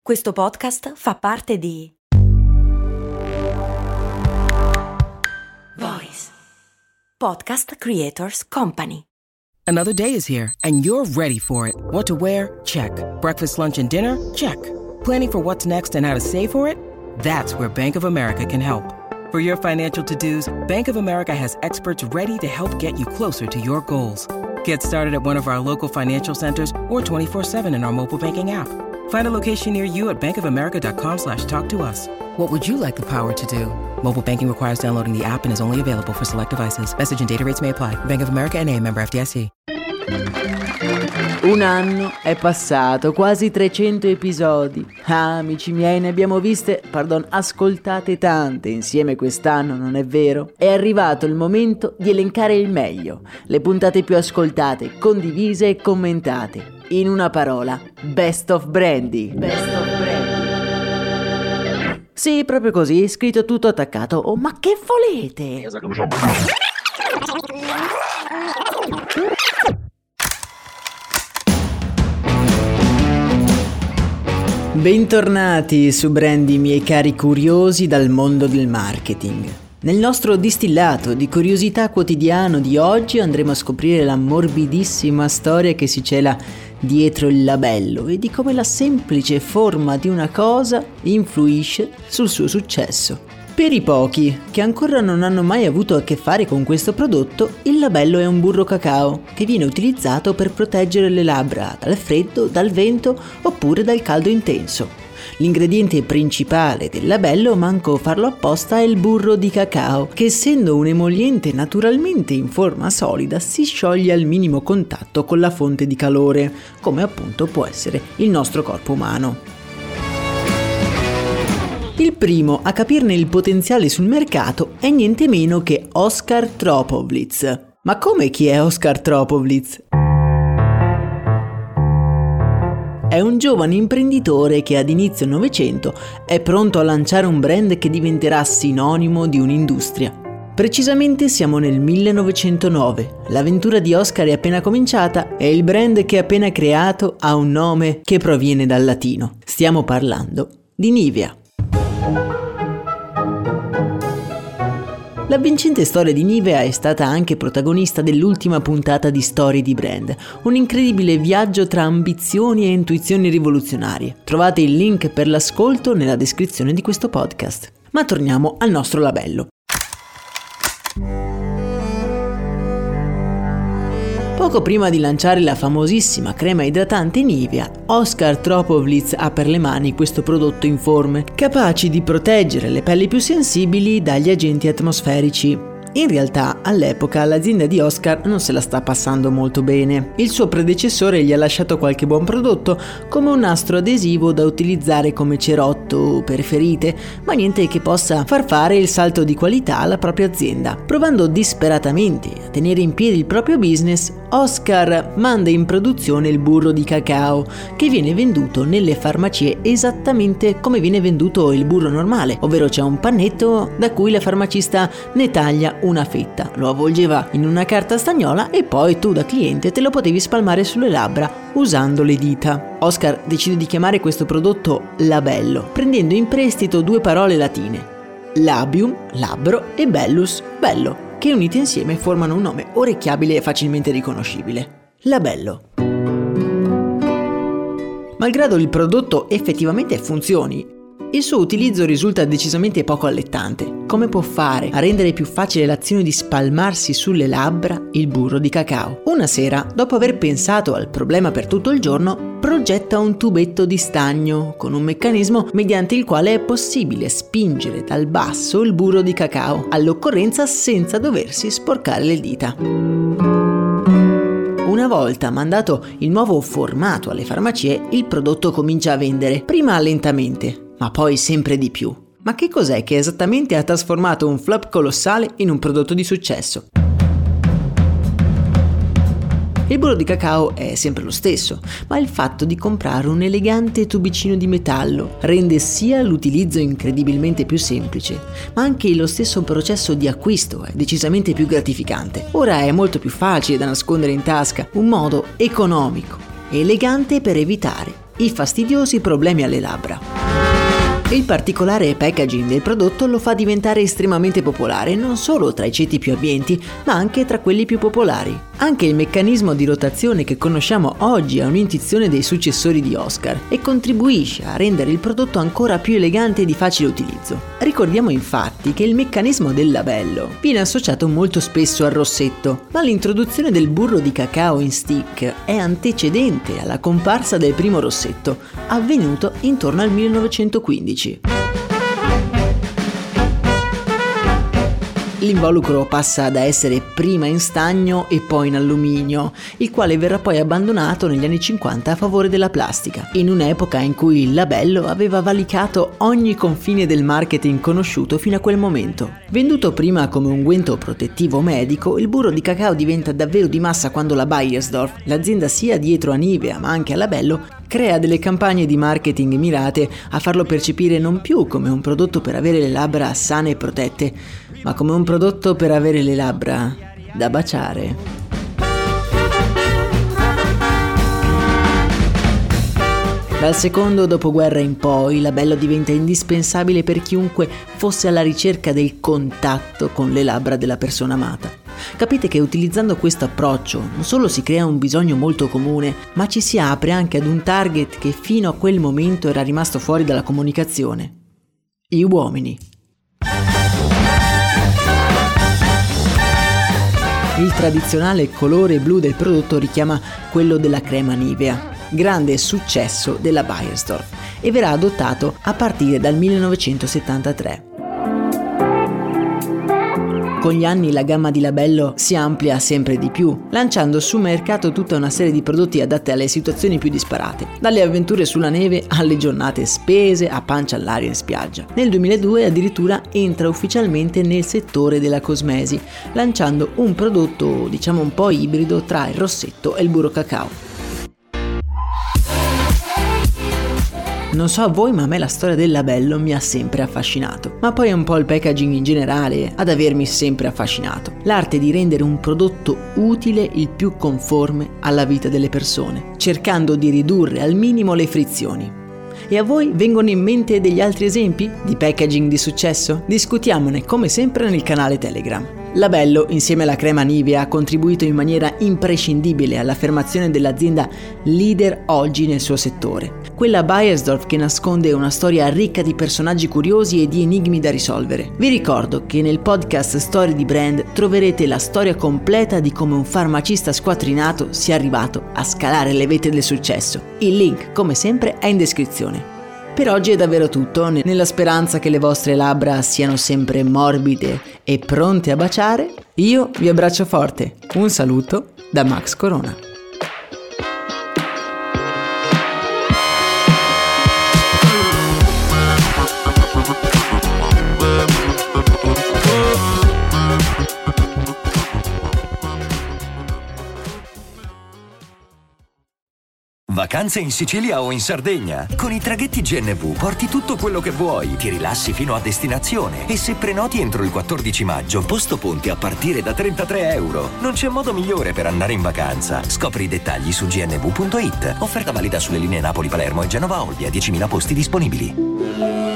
Questo podcast fa parte di Voice Podcast Creators Company. Another day is here, and you're ready for it. What to wear? Check. Breakfast, lunch, and dinner? Check. Planning for what's next and how to save for it? That's where Bank of America can help. For your financial to-dos, Bank of America has experts ready to help get you closer to your goals. Get started at one of our local financial centers or 24/7 in our mobile banking app. Find a location near you at bankofamerica.com/talktous. What would you like the power to do? Mobile banking requires downloading the app and is only available for select devices. Message and data rates may apply. Bank of America N.A., member FDIC. Un anno è passato, quasi 300 episodi. Ah, amici miei, ne abbiamo ascoltate tante insieme quest'anno, non è vero? È arrivato il momento di elencare il meglio, le puntate più ascoltate, condivise e commentate. In una parola, Best of Brandy. Best of Brandy. Sì, proprio così, scritto tutto attaccato. Oh, ma che volete? Bentornati su Brandy, miei cari curiosi dal mondo del marketing. Nel nostro distillato di curiosità quotidiano di oggi andremo a scoprire la morbidissima storia che si cela dietro il labello e di come la semplice forma di una cosa influisce sul suo successo. Per i pochi che ancora non hanno mai avuto a che fare con questo prodotto, il labello è un burro cacao che viene utilizzato per proteggere le labbra dal freddo, dal vento oppure dal caldo intenso. L'ingrediente principale del labello, manco farlo apposta, è il burro di cacao, che essendo un emolliente naturalmente in forma solida si scioglie al minimo contatto con la fonte di calore, come appunto può essere il nostro corpo umano. Il primo a capirne il potenziale sul mercato è niente meno che Oskar Tropovlitz. Ma come, chi è Oskar Tropovlitz? È un giovane imprenditore che ad inizio Novecento è pronto a lanciare un brand che diventerà sinonimo di un'industria. Precisamente siamo nel 1909, l'avventura di Oskar è appena cominciata e il brand che ha appena creato ha un nome che proviene dal latino. Stiamo parlando di Nivea. L'avvincente storia di Nivea è stata anche protagonista dell'ultima puntata di Storie di Brand, un incredibile viaggio tra ambizioni e intuizioni rivoluzionarie. Trovate il link per l'ascolto nella descrizione di questo podcast. Ma torniamo al nostro labello. Poco prima di lanciare la famosissima crema idratante Nivea, Oskar Tropovlitz ha per le mani questo prodotto informe, capaci di proteggere le pelli più sensibili dagli agenti atmosferici. In realtà, all'epoca, l'azienda di Oskar non se la sta passando molto bene. Il suo predecessore gli ha lasciato qualche buon prodotto, come un nastro adesivo da utilizzare come cerotto per ferite, ma niente che possa far fare il salto di qualità alla propria azienda. Provando disperatamente a tenere in piedi il proprio business, Oskar manda in produzione il burro di cacao, che viene venduto nelle farmacie esattamente come viene venduto il burro normale, ovvero c'è un pannetto da cui la farmacista ne taglia una fetta, lo avvolgeva in una carta stagnola e poi tu da cliente te lo potevi spalmare sulle labbra usando le dita. Oskar decide di chiamare questo prodotto labello, prendendo in prestito due parole latine: labium, labbro, e bellus, bello, che unite insieme formano un nome orecchiabile e facilmente riconoscibile: labello. Malgrado il prodotto effettivamente funzioni, il suo utilizzo risulta decisamente poco allettante. Come può fare a rendere più facile l'azione di spalmarsi sulle labbra il burro di cacao? Una sera, dopo aver pensato al problema per tutto il giorno, progetta un tubetto di stagno con un meccanismo mediante il quale è possibile spingere dal basso il burro di cacao, all'occorrenza senza doversi sporcare le dita. Una volta mandato il nuovo formato alle farmacie, il prodotto comincia a vendere, prima lentamente, ma poi sempre di più. Ma che cos'è che esattamente ha trasformato un flop colossale in un prodotto di successo? Il burro di cacao è sempre lo stesso, ma il fatto di comprare un elegante tubicino di metallo rende sia l'utilizzo incredibilmente più semplice, ma anche lo stesso processo di acquisto è decisamente più gratificante. Ora è molto più facile da nascondere in tasca, un modo economico e elegante per evitare i fastidiosi problemi alle labbra. Il particolare packaging del prodotto lo fa diventare estremamente popolare non solo tra i ceti più abbienti, ma anche tra quelli più popolari. Anche il meccanismo di rotazione che conosciamo oggi è un'intuizione dei successori di Oscar e contribuisce a rendere il prodotto ancora più elegante e di facile utilizzo. Ricordiamo infatti che il meccanismo del labello viene associato molto spesso al rossetto, ma l'introduzione del burro di cacao in stick è antecedente alla comparsa del primo rossetto, avvenuto intorno al 1915. L'involucro passa da essere prima in stagno e poi in alluminio, il quale verrà poi abbandonato negli anni 50 a favore della plastica, in un'epoca in cui il labello aveva valicato ogni confine del marketing conosciuto fino a quel momento. Venduto prima come unguento protettivo medico, il burro di cacao diventa davvero di massa quando la Beiersdorf, l'azienda sia dietro a Nivea ma anche a Labello, crea delle campagne di marketing mirate a farlo percepire non più come un prodotto per avere le labbra sane e protette, ma come un prodotto per avere le labbra da baciare. Dal secondo dopoguerra in poi, Labello diventa indispensabile per chiunque fosse alla ricerca del contatto con le labbra della persona amata. Capite che utilizzando questo approccio non solo si crea un bisogno molto comune, ma ci si apre anche ad un target che fino a quel momento era rimasto fuori dalla comunicazione: gli uomini. Il tradizionale colore blu del prodotto richiama quello della crema Nivea, grande successo della Beiersdorf, e verrà adottato a partire dal 1973. Con gli anni la gamma di Labello si amplia sempre di più, lanciando sul mercato tutta una serie di prodotti adatti alle situazioni più disparate, dalle avventure sulla neve alle giornate spese a pancia all'aria in spiaggia. Nel 2002 addirittura entra ufficialmente nel settore della cosmesi, lanciando un prodotto diciamo un po' ibrido tra il rossetto e il burro cacao. Non so a voi, ma a me la storia del labello mi ha sempre affascinato. Ma poi è un po' il packaging in generale ad avermi sempre affascinato. L'arte di rendere un prodotto utile il più conforme alla vita delle persone, cercando di ridurre al minimo le frizioni. E a voi vengono in mente degli altri esempi di packaging di successo? Discutiamone come sempre nel canale Telegram. Labello, insieme alla crema Nivea, ha contribuito in maniera imprescindibile all'affermazione dell'azienda leader oggi nel suo settore. Quella Beiersdorf che nasconde una storia ricca di personaggi curiosi e di enigmi da risolvere. Vi ricordo che nel podcast Storie di Brand troverete la storia completa di come un farmacista squattrinato sia arrivato a scalare le vette del successo. Il link, come sempre, è in descrizione. Per oggi è davvero tutto, nella speranza che le vostre labbra siano sempre morbide e pronte a baciare. Io vi abbraccio forte. Un saluto da Max Corona. Vacanze in Sicilia o in Sardegna? Con i traghetti GNV porti tutto quello che vuoi, ti rilassi fino a destinazione e se prenoti entro il 14 maggio, posto ponti a partire da €33. Non c'è modo migliore per andare in vacanza. Scopri i dettagli su gnv.it. Offerta valida sulle linee Napoli-Palermo e Genova-Olbia, 10.000 posti disponibili.